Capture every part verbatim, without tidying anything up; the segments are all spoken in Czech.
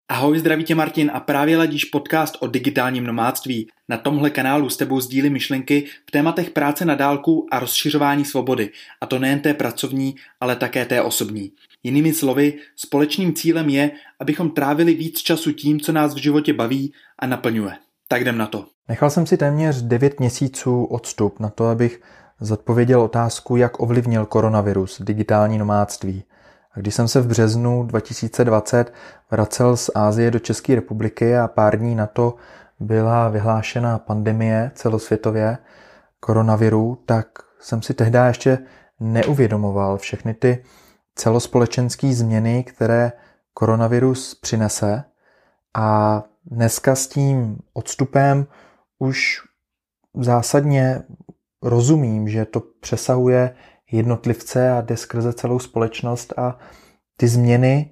Ahoj, zdraví tě Martin a právě ladíš podcast o digitálním nomádství. Na tomhle kanálu s tebou sdílím myšlenky v tématech práce na dálku a rozšiřování svobody. A to nejen té pracovní, ale také té osobní. Jinými slovy, společným cílem je, abychom trávili víc času tím, co nás v životě baví a naplňuje. Tak jdem na to. Nechal jsem si téměř devět měsíců odstup na to, abych zodpověděl otázku, jak ovlivnil koronavirus digitální nomádství. A když jsem se v březnu dva tisíce dvacet vracel z Asie do České republiky a pár dní na to byla vyhlášena pandemie celosvětově koronaviru, tak jsem si tehdy ještě neuvědomoval všechny ty celospolečenské změny, které koronavirus přinese. A dneska s tím odstupem už zásadně rozumím, že to přesahuje jednotlivce a jde skrze celou společnost a ty změny,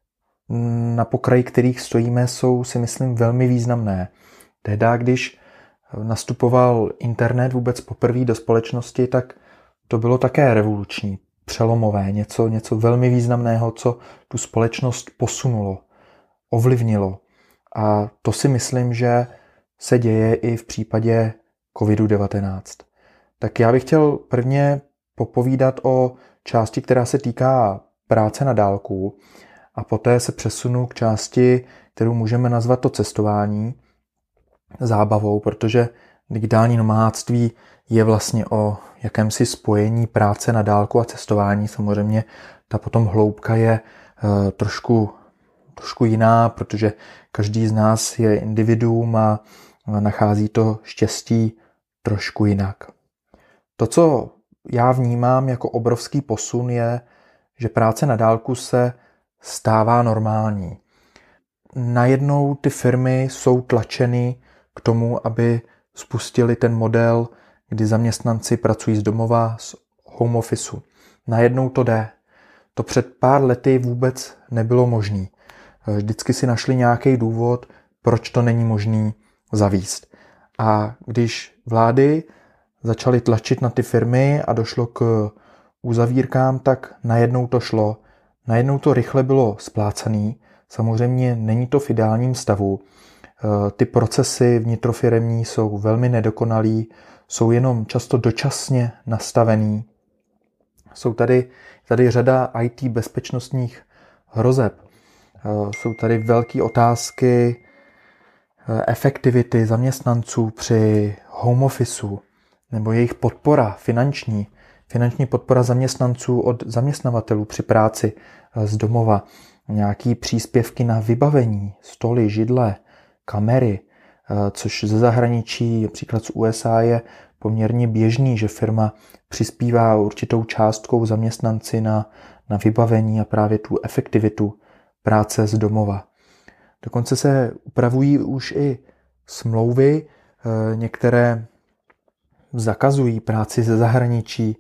na pokraji kterých stojíme, jsou, si myslím, velmi významné. Tehdy, když nastupoval internet vůbec poprvé do společnosti, tak to bylo také revoluční, přelomové, něco, něco velmi významného, co tu společnost posunulo, ovlivnilo. A to si myslím, že se děje i v případě covid devatenáct. Tak já bych chtěl prvně popovídat o části, která se týká práce na dálku a poté se přesunu k části, kterou můžeme nazvat to cestování zábavou, protože digitální nomádství je vlastně o jakémsi spojení práce na dálku a cestování. Samozřejmě ta potom hloubka je e, trošku, trošku jiná, protože každý z nás je individuum a nachází to štěstí trošku jinak. To, co já vnímám jako obrovský posun, je, že práce na dálku se stává normální. Najednou ty firmy jsou tlačeny k tomu, aby spustili ten model, kdy zaměstnanci pracují z domova, z home officeu. Najednou to jde. To před pár lety vůbec nebylo možné. Vždycky si našli nějaký důvod, proč to není možné zavést. A když vlády začaly tlačit na ty firmy a došlo k uzavírkám, tak najednou to šlo. Najednou to rychle bylo splácaný. Samozřejmě není to v ideálním stavu. Ty procesy vnitrofiremní jsou velmi nedokonalý, jsou jenom často dočasně nastavený. Jsou tady, tady řada í té bezpečnostních hrozeb. Jsou tady velké otázky efektivity zaměstnanců při home officeu, nebo jejich podpora finanční, finanční podpora zaměstnanců od zaměstnavatelů při práci z domova, nějaký příspěvky na vybavení, stoly, židle, kamery, což ze zahraničí, například z U S A, je poměrně běžný, že firma přispívá určitou částkou zaměstnanci na, na vybavení a právě tu efektivitu práce z domova. Dokonce se upravují už i smlouvy, některé zakazují práci ze zahraničí.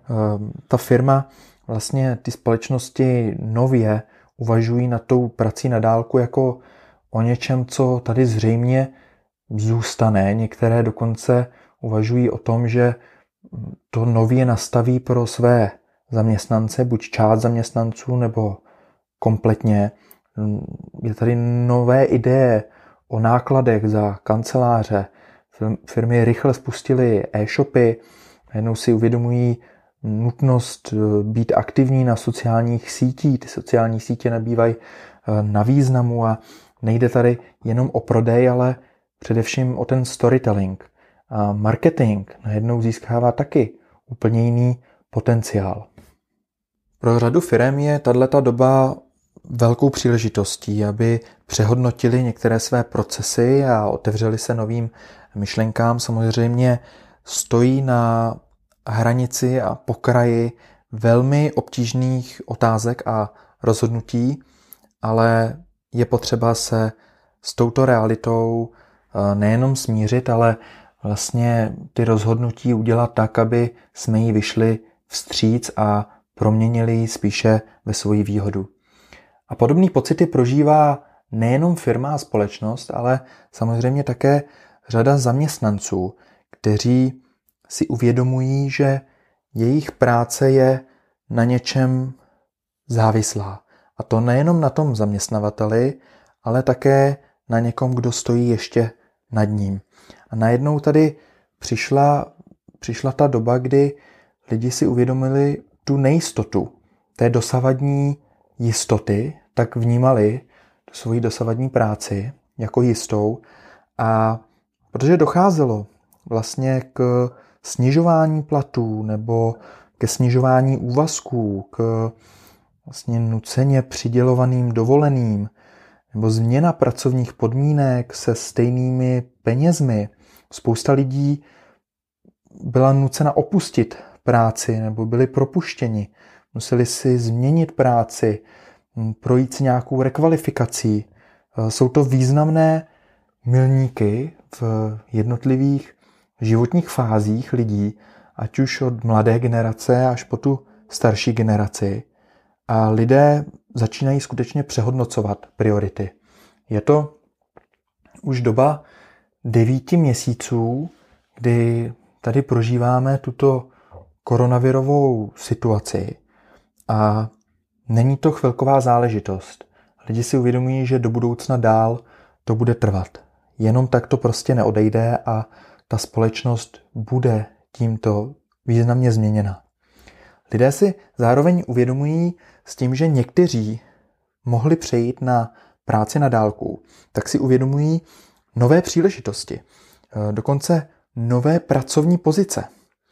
Ta firma, vlastně ty společnosti nově uvažují nad tou prací na dálku jako o něčem, co tady zřejmě zůstane. Některé dokonce uvažují o tom, že to nově nastaví pro své zaměstnance, buď část zaměstnanců nebo kompletně. Je tady nové ideje o nákladech za kanceláře. Firmy rychle spustily e-shopy, najednou si uvědomují nutnost být aktivní na sociálních sítích. Ty sociální sítě nabývají na významu a nejde tady jenom o prodej, ale především o ten storytelling. A marketing najednou získává taky úplně jiný potenciál. Pro řadu firem je tato doba velkou příležitostí, aby přehodnotili některé své procesy a otevřeli se novým myšlenkám. Samozřejmě stojí na hranici a pokraji velmi obtížných otázek a rozhodnutí, ale je potřeba se s touto realitou nejenom smířit, ale vlastně ty rozhodnutí udělat tak, aby jsme jí vyšli vstříc a proměnili ji spíše ve svoji výhodu. A podobné pocity prožívá nejenom firma a společnost, ale samozřejmě také řada zaměstnanců, kteří si uvědomují, že jejich práce je na něčem závislá. A to nejenom na tom zaměstnavateli, ale také na někom, kdo stojí ještě nad ním. A najednou tady přišla, přišla ta doba, kdy lidi si uvědomili tu nejistotu té dosavadní jistoty, tak vnímali tu svoji dosavadní práci jako jistou, a protože docházelo vlastně k snižování platů nebo ke snižování úvazků, k vlastně nuceně přidělovaným dovoleným nebo změna pracovních podmínek se stejnými penězmi. Spousta lidí byla nucena opustit práci nebo byli propuštěni. Museli si změnit práci, projít si nějakou rekvalifikací. Jsou to významné milníky v jednotlivých životních fázích lidí, ať už od mladé generace až po tu starší generaci. A lidé začínají skutečně přehodnocovat priority. Je to už doba devíti měsíců, kdy tady prožíváme tuto koronavirovou situaci a není to chvilková záležitost. Lidi si uvědomují, že do budoucna dál to bude trvat. Jenom tak to prostě neodejde a ta společnost bude tímto významně změněna. Lidé si zároveň uvědomují s tím, že někteří mohli přejít na práci na dálku, tak si uvědomují nové příležitosti, dokonce nové pracovní pozice.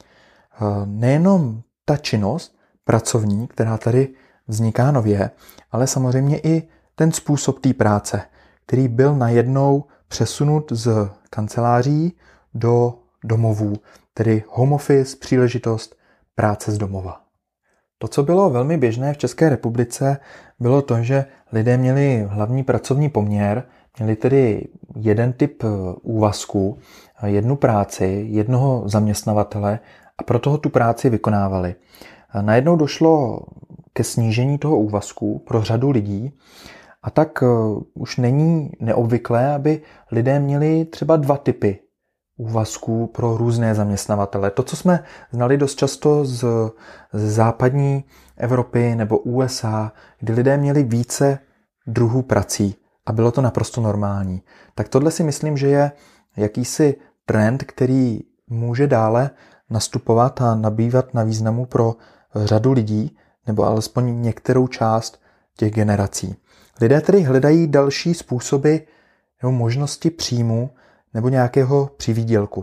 Nejenom ta činnost pracovní, která tady vzniká nově, ale samozřejmě i ten způsob té práce, který byl najednou přesunut z kanceláří do domovů, tedy home office, příležitost práce z domova. To, co bylo velmi běžné v České republice, bylo to, že lidé měli hlavní pracovní poměr, měli tedy jeden typ úvazku, jednu práci, jednoho zaměstnavatele a proto tu práci vykonávali. Najednou došlo ke snížení toho úvazku pro řadu lidí a tak už není neobvyklé, aby lidé měli třeba dva typy úvazků pro různé zaměstnavatele. To, co jsme znali dost často z, z západní Evropy nebo U S A, kdy lidé měli více druhů prací a bylo to naprosto normální. Tak tohle si myslím, že je jakýsi trend, který může dále nastupovat a nabývat na významu pro řadu lidí, nebo alespoň některou část těch generací. Lidé tedy hledají další způsoby nebo možnosti příjmu nebo nějakého přivýdělku.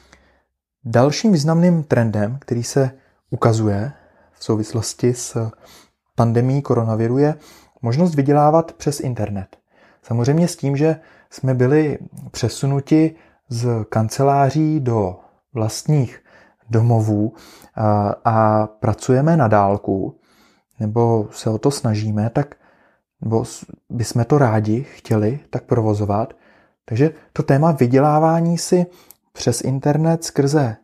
Dalším významným trendem, který se ukazuje v souvislosti s pandemií koronaviru, je možnost vydělávat přes internet. Samozřejmě s tím, že jsme byli přesunuti z kanceláří do vlastních domovů a, a pracujeme na dálku, nebo se o to snažíme, tak nebo bychom to rádi chtěli tak provozovat. Takže to téma vydělávání si přes internet skrze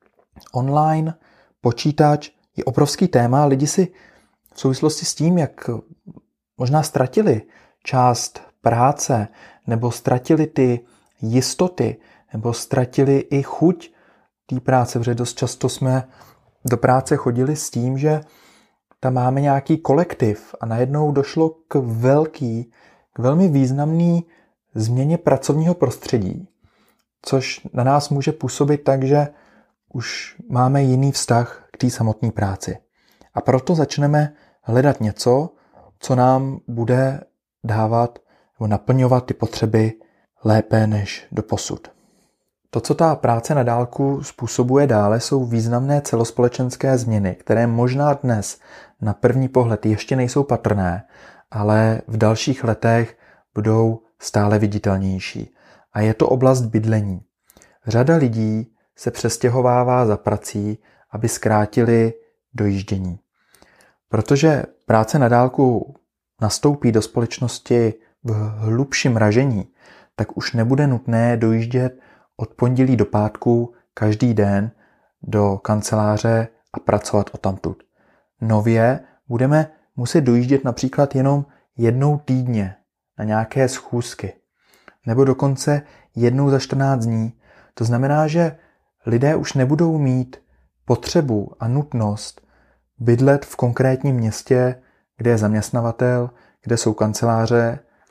online, počítač je obrovský téma. Lidi si v souvislosti s tím, jak možná ztratili část práce, nebo ztratili ty jistoty, nebo ztratili i chuť té práce, protože dost často jsme do práce chodili s tím, že tam máme nějaký kolektiv a najednou došlo k velký, k velmi významný změně pracovního prostředí, což na nás může působit tak, že už máme jiný vztah k té samotné práci. A proto začneme hledat něco, co nám bude dávat nebo naplňovat ty potřeby lépe než doposud. To, co ta práce na dálku způsobuje dále, jsou významné celospolečenské změny, které možná dnes na první pohled ještě nejsou patrné, ale v dalších letech budou stále viditelnější. A je to oblast bydlení. Řada lidí se přestěhovává za prací, aby zkrátili dojíždění. Protože práce na dálku nastoupí do společnosti v hlubším ražení, tak už nebude nutné dojíždět od pondělí do pátku každý den do kanceláře a pracovat odtamtud. Nově budeme muset dojíždět například jenom jednou týdně na nějaké schůzky, nebo dokonce jednou za čtrnáct dní. To znamená, že lidé už nebudou mít potřebu a nutnost bydlet v konkrétním městě, kde je zaměstnavatel, kde jsou kanceláře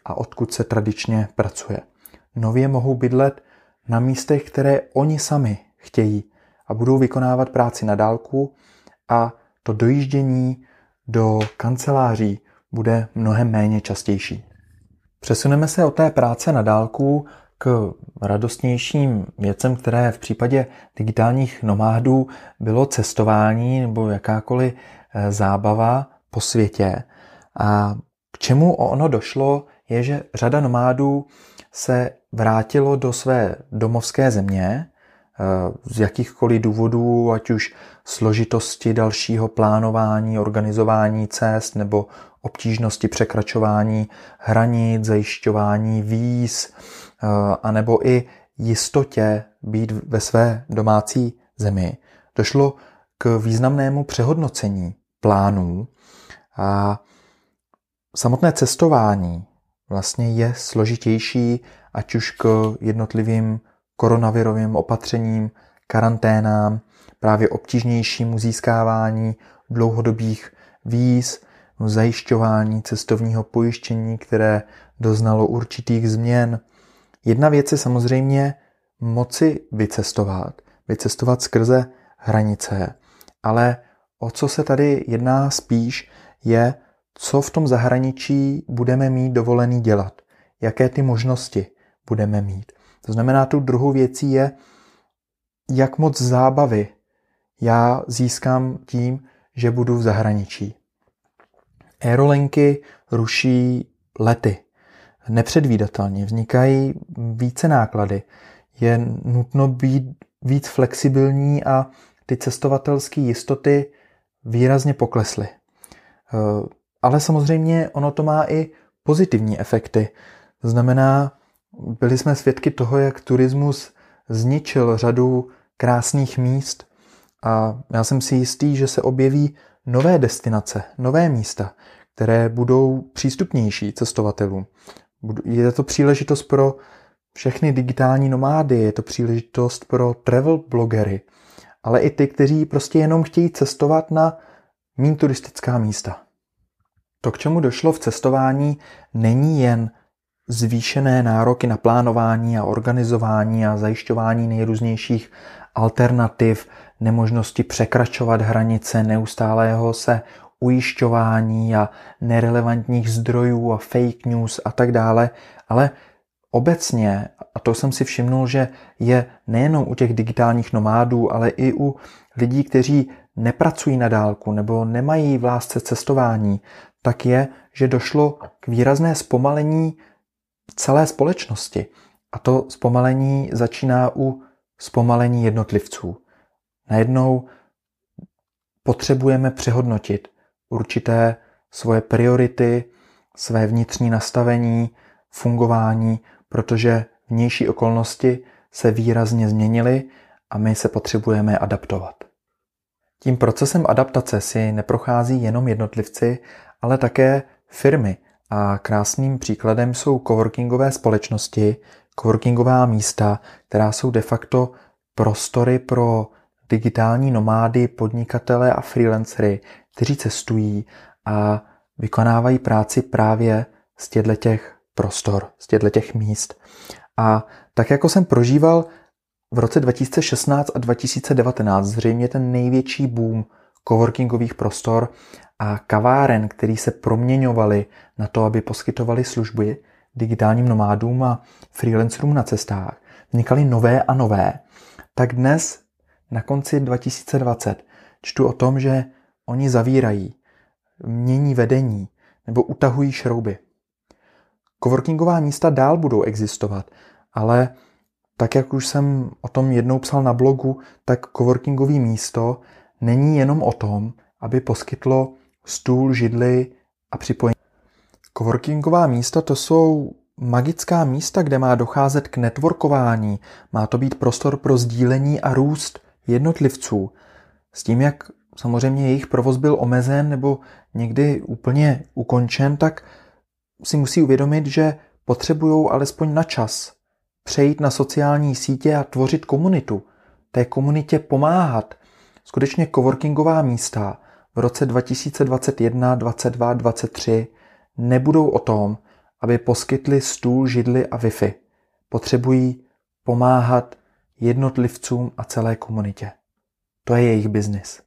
a odkud se tradičně pracuje. Nově mohou bydlet na místech, které oni sami chtějí a budou vykonávat práci na dálku a to dojíždění do kanceláří bude mnohem méně častější. Přesuneme se od té práce na dálku k radostnějším věcem, které v případě digitálních nomádů bylo cestování nebo jakákoliv zábava po světě. A k čemu ono došlo, je, že řada nomádů se vrátilo do své domovské země z jakýchkoliv důvodů, ať už složitosti dalšího plánování, organizování cest nebo obtížnosti překračování hranic, zajišťování víz, anebo i jistotě být ve své domácí zemi. Došlo k významnému přehodnocení plánů a samotné cestování vlastně je složitější, ať už k jednotlivým koronavirovým opatřením, karanténám, právě obtížnějšímu získávání dlouhodobých víz, zajišťování cestovního pojištění, které doznalo určitých změn. Jedna věc je samozřejmě moci vycestovat, vycestovat skrze hranice, ale o co se tady jedná spíš je, co v tom zahraničí budeme mít dovolený dělat, jaké ty možnosti budeme mít. To znamená, tu druhou věcí je, jak moc zábavy já získám tím, že budu v zahraničí. Aerolinky ruší lety. Nepředvídatelně vznikají více náklady. Je nutno být víc flexibilní a ty cestovatelské jistoty výrazně poklesly. Ale samozřejmě ono to má i pozitivní efekty. To znamená, byli jsme svědky toho, jak turismus zničil řadu krásných míst a já jsem si jistý, že se objeví nové destinace, nové místa, které budou přístupnější cestovatelům. Je to příležitost pro všechny digitální nomády, je to příležitost pro travel blogery, ale i ty, kteří prostě jenom chtějí cestovat na méně turistická místa. To, k čemu došlo v cestování, není jen zvýšené nároky na plánování a organizování a zajišťování nejrůznějších alternativ, nemožnosti překračovat hranice, neustálého se ujišťování a nerelevantních zdrojů a fake news a tak dále, ale obecně, a to jsem si všimnul, že je nejenom u těch digitálních nomádů, ale i u lidí, kteří nepracují na dálku nebo nemají v lásce cestování, tak je, že došlo k výrazné zpomalení celé společnosti. A to zpomalení začíná u zpomalení jednotlivců. Najednou potřebujeme přehodnotit určité svoje priority, své vnitřní nastavení, fungování, protože vnější okolnosti se výrazně změnily a my se potřebujeme adaptovat. Tím procesem adaptace si neprochází jenom jednotlivci, ale také firmy. A krásným příkladem jsou coworkingové společnosti, coworkingová místa, která jsou de facto prostory pro digitální nomády, podnikatele a freelancery, kteří cestují a vykonávají práci právě z těchto prostor, z těchto míst. A tak jako jsem prožíval v roce dva tisíce šestnáct a dva tisíce devatenáct zřejmě ten největší boom coworkingových prostor a kaváren, který se proměňovaly na to, aby poskytovali služby digitálním nomádům a freelancerům na cestách, vznikaly nové a nové, tak dnes na konci dva tisíce dvacet čtu o tom, že oni zavírají, mění vedení nebo utahují šrouby. Coworkingová místa dál budou existovat, ale tak, jak už jsem o tom jednou psal na blogu, tak coworkingové místo není jenom o tom, aby poskytlo stůl, židli a připojení. Coworkingová místa to jsou magická místa, kde má docházet k networkování, má to být prostor pro sdílení a růst jednotlivců. S tím, jak samozřejmě jejich provoz byl omezen nebo někdy úplně ukončen, tak si musí uvědomit, že potřebují alespoň na čas přejít na sociální sítě a tvořit komunitu, té komunitě pomáhat. Skutečně coworkingová místa v roce dva tisíce dvacet jedna, dvacet dva, dvacet tři nebudou o tom, aby poskytli stůl, židli a Wi-Fi. Potřebují pomáhat jednotlivcům a celé komunitě. To je jejich biznis.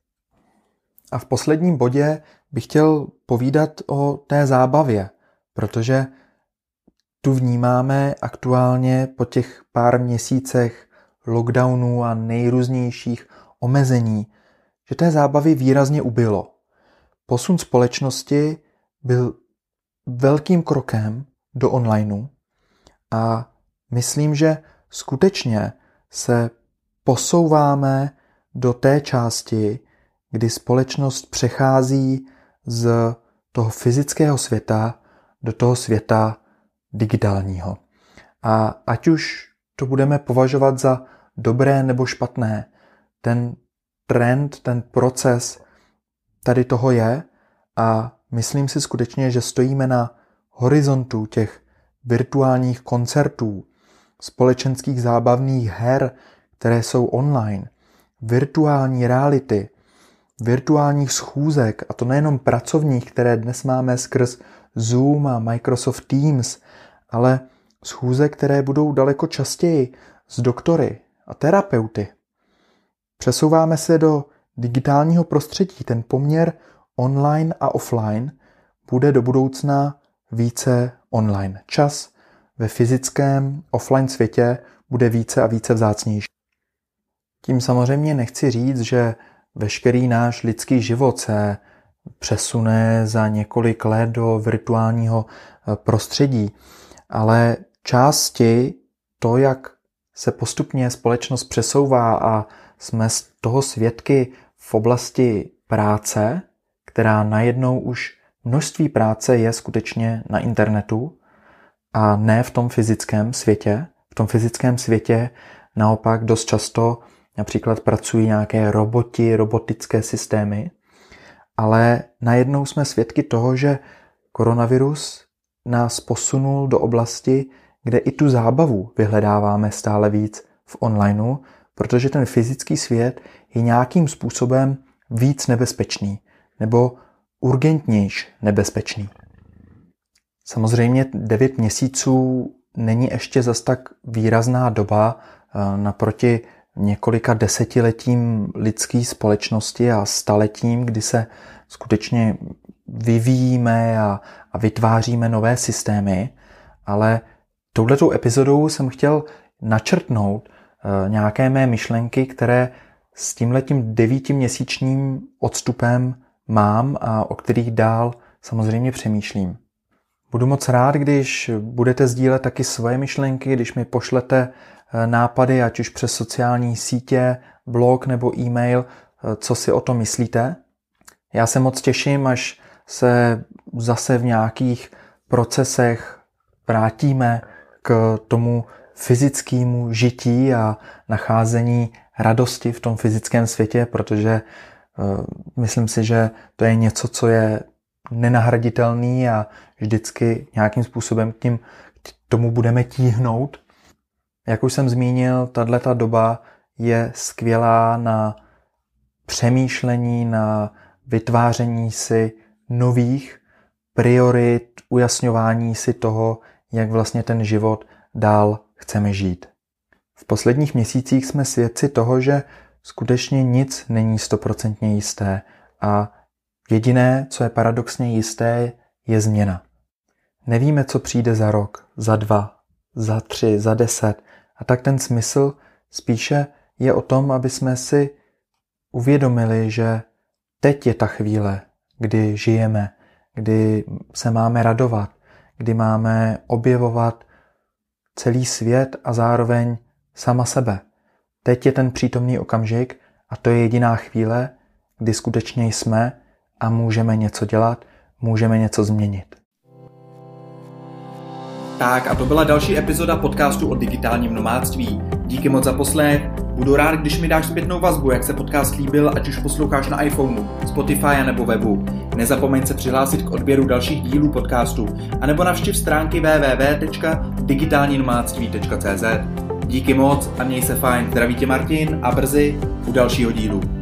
A v posledním bodě bych chtěl povídat o té zábavě, protože tu vnímáme aktuálně po těch pár měsících lockdownů a nejrůznějších omezení, že té zábavy výrazně ubylo. Posun společnosti byl velkým krokem do onlineu a myslím, že skutečně se posouváme do té části, kdy společnost přechází z toho fyzického světa do toho světa digitálního. A ať už to budeme považovat za dobré nebo špatné, ten trend, ten proces tady toho je a myslím si skutečně, že stojíme na horizontu těch virtuálních koncertů, společenských zábavných her, které jsou online, virtuální reality, virtuálních schůzek, a to nejenom pracovních, které dnes máme skrz Zoom a Microsoft Teams, ale schůzek, které budou daleko častěji s doktory a terapeuty. Přesouváme se do digitálního prostředí. Ten poměr online a offline bude do budoucna více online. Čas ve fyzickém offline světě bude více a více vzácnější. Tím samozřejmě nechci říct, že veškerý náš lidský život se přesune za několik let do virtuálního prostředí, ale části to, jak se postupně společnost přesouvá a jsme z toho svědky v oblasti práce, která najednou už množství práce je skutečně na internetu a ne v tom fyzickém světě. V tom fyzickém světě naopak dost často například pracují nějaké roboti, robotické systémy, ale najednou jsme svědky toho, že koronavirus nás posunul do oblasti, kde i tu zábavu vyhledáváme stále víc v onlineu, protože ten fyzický svět je nějakým způsobem víc nebezpečný nebo urgentnější nebezpečný. Samozřejmě devět měsíců není ještě zas tak výrazná doba naproti několika desetiletím lidské společnosti a staletím, kdy se skutečně vyvíjíme a, a vytváříme nové systémy, ale touhletou epizodou jsem chtěl načrtnout e, nějaké mé myšlenky, které s tímhletím devítiměsíčním odstupem mám a o kterých dál samozřejmě přemýšlím. Budu moc rád, když budete sdílet taky svoje myšlenky, když mi pošlete nápady, ať už přes sociální sítě, blog nebo e-mail, co si o tom myslíte. Já se moc těším, až se zase v nějakých procesech vrátíme k tomu fyzickému žití a nacházení radosti v tom fyzickém světě, protože uh, myslím si, že to je něco, co je nenahraditelný a vždycky nějakým způsobem k, tím, k tomu budeme tíhnout. Jak už jsem zmínil, tato doba je skvělá na přemýšlení, na vytváření si nových priorit, ujasňování si toho, jak vlastně ten život dál chceme žít. V posledních měsících jsme svědci toho, že skutečně nic není stoprocentně jisté a jediné, co je paradoxně jisté, je změna. Nevíme, co přijde za rok, za dva, za tři, za deset. A tak ten smysl spíše je o tom, aby jsme si uvědomili, že teď je ta chvíle, kdy žijeme, kdy se máme radovat, kdy máme objevovat celý svět a zároveň sama sebe. Teď je ten přítomný okamžik a to je jediná chvíle, kdy skutečně jsme a můžeme něco dělat, můžeme něco změnit. Tak a to byla další epizoda podcastu o digitálním nomádství. Díky moc za poslech. Budu rád, když mi dáš zpětnou vazbu, jak se podcast líbil, ať už posloucháš na iPhoneu, Spotify nebo webu. Nezapomeň se přihlásit k odběru dalších dílů podcastu, anebo navštiv stránky w w w tečka digitální nomádství tečka c z. Díky moc a měj se fajn. Zdraví tě Martin a brzy u dalšího dílu.